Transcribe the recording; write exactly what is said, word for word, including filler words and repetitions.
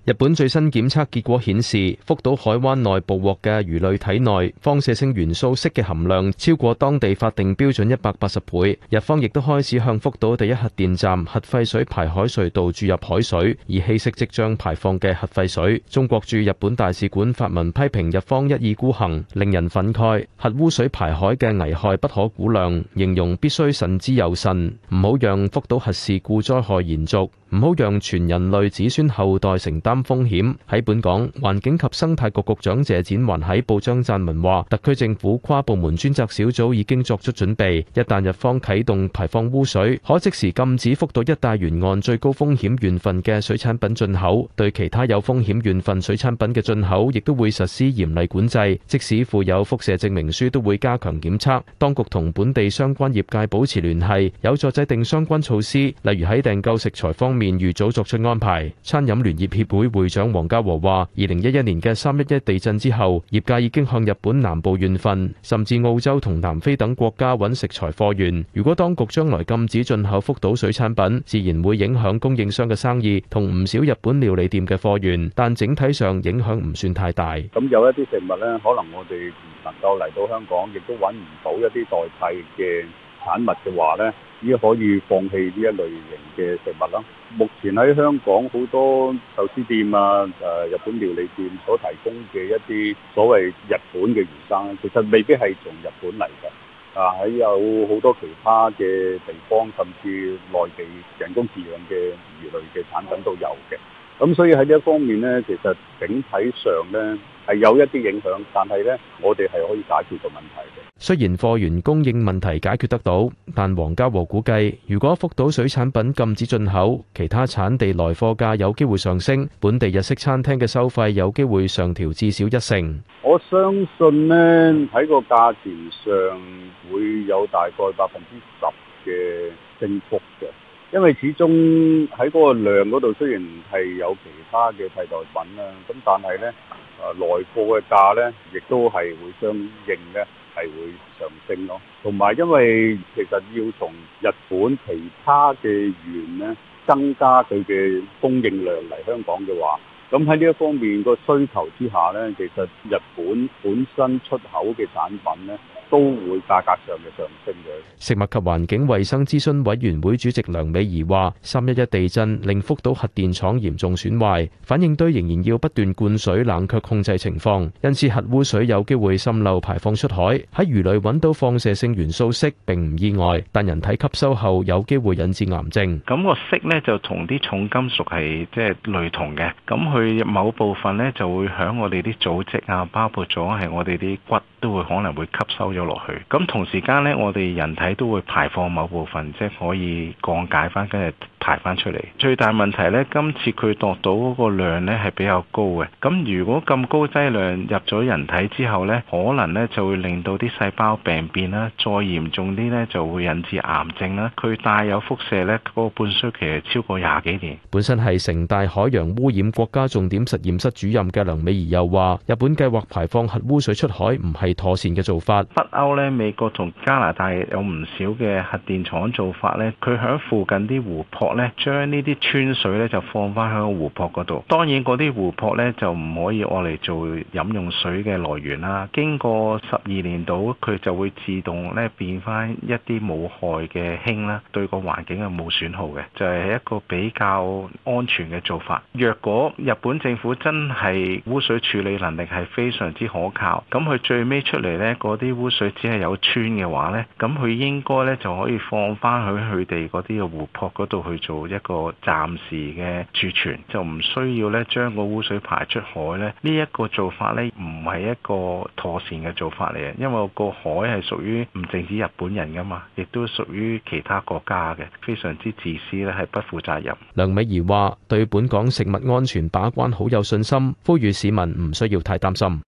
日本最新檢測結果顯示，福島海灣內捕獲嘅魚類體內放射性元素銫嘅含量超過當地法定標準一百八十倍。日方亦都開始向福島第一核電站核廢水排海隧道注入海水，以稀釋即將排放嘅核廢水。中國駐日本大使館發文批評日方一意孤行，令人憤慨。核污水排海嘅危害不可估量，形容必須慎之又慎，唔好讓福島核事故災害延續，唔好讓全人類子孫後代承擔風險。喺本港，環境及生態局局長謝展寰喺報章撰文話，特區政府跨部門專責小組已經作出準備，一旦日方啟動排放污水，可即時禁止福島一帶沿岸最高風險縣份嘅水產品進口，對其他有風險縣份水產品嘅進口亦都會實施嚴厲管制，即使附有輻射證明書都會加強檢測。當局同本地相關業界保持聯繫，有助制定相關措施，例如喺訂購食材方面預早作出安排。餐飲聯業協會會長黃家和話，二零一一年嘅三一一地震之後，業界已經向日本南部縣份，甚至澳洲同南非等國家揾食材貨源。如果當局將來禁止進口福島水產品，自然會影響供應商嘅生意同唔少日本料理店嘅貨源，但整體上影響唔算太大。 咁有一啲食物呢，可能我哋唔能夠嚟到香港，亦都揾唔到一啲代替嘅產物嘅話呢，已經可以放棄呢一類型嘅食物啦。目前喺香港好多壽司店啊、誒日本料理店所提供嘅一啲所謂日本嘅魚生，其實未必係從日本嚟嘅。啊，喺有好多其他嘅地方，甚至內地人工飼養嘅魚類嘅產品都有嘅。咁所以喺呢一方面呢，其實整體上呢係有一啲影響，但係呢，我哋係可以解決到問題嘅。 雖然貨源供應問題解決得到，但黃家和估計，如果福島水產品禁止進口，其他產地來貨價有機會上升，本地日式餐廳嘅收費有機會上調至少一成。 我相信呢，喺個價錢上會有大概百分之十嘅升幅嘅。因為始終喺嗰個量嗰度，雖然係有其他嘅替代品啦，咁但係呢，誒來貨嘅價呢，亦都係會相應呢係會上升咯。同埋因為其實要從日本其他嘅縣呢增加佢嘅供應量嚟香港嘅話，咁喺呢一方面個需求之下呢，其實日本本身出口嘅產品呢，都會價格上嘅上升嘅。 食物及環境衛生諮詢委員會主席梁美儀話：三一一地震令福島核電廠嚴重損壞，反應堆仍然要不斷灌水冷卻控制情況，因此核污水有機會滲漏排放出海。喺魚類揾到放射性元素銫並唔意外，但人體吸收後有機會引致癌症。 咁個銫呢就同啲重金屬係即係類同嘅，咁佢某部分呢就會響我哋啲組織啊，包括咗係我哋啲骨都會可能會吸收咗落去。咁同時間呢，我哋人體都會排放某部分，即係可以降解翻，跟住排翻出嚟。最大問題呢，今次佢度到嗰個量呢係比較高嘅。咁如果咁高劑量入咗人體之後呢，可能呢就會令到啲細胞病變啦，再嚴重啲呢就會引致癌症啦。佢帶有輻射呢，嗰個半衰期係超過廿幾年。 本身係城大海洋污染國家重點實驗室主任嘅梁美儀又話：日本計劃排放核污水出海唔係妥善嘅做法。 北歐呢，美國同加拿大有唔少嘅核電廠做法呢，佢喺附近啲湖泊呢，將呢啲氚水呢就放翻喺個湖泊嗰度。當然嗰啲湖泊呢就唔可以攞嚟做飲用水嘅來源啦。經過十二年度，佢就會自動呢變翻一啲冇害嘅氫啦，對個環境係冇損耗嘅，就係一個比較安全嘅做法。若果日本政府真係污水處理能力係非常之可靠，咁佢最尾出嚟呢嗰啲污水只係有氚嘅話呢，咁佢應該呢就可以放翻去佢哋嗰啲嘅湖泊嗰度去做一個暫時嘅儲存，就唔需要呢將個污水排出海呢。呢一個做法呢唔係一個妥善嘅做法嚟嘅，因為個海係屬於唔淨止日本人噶嘛，亦都屬於其他國家嘅，非常之自私呢係不負責任。 梁美儀話：對本港食物安全把關好有信心，呼籲市民唔需要太擔心。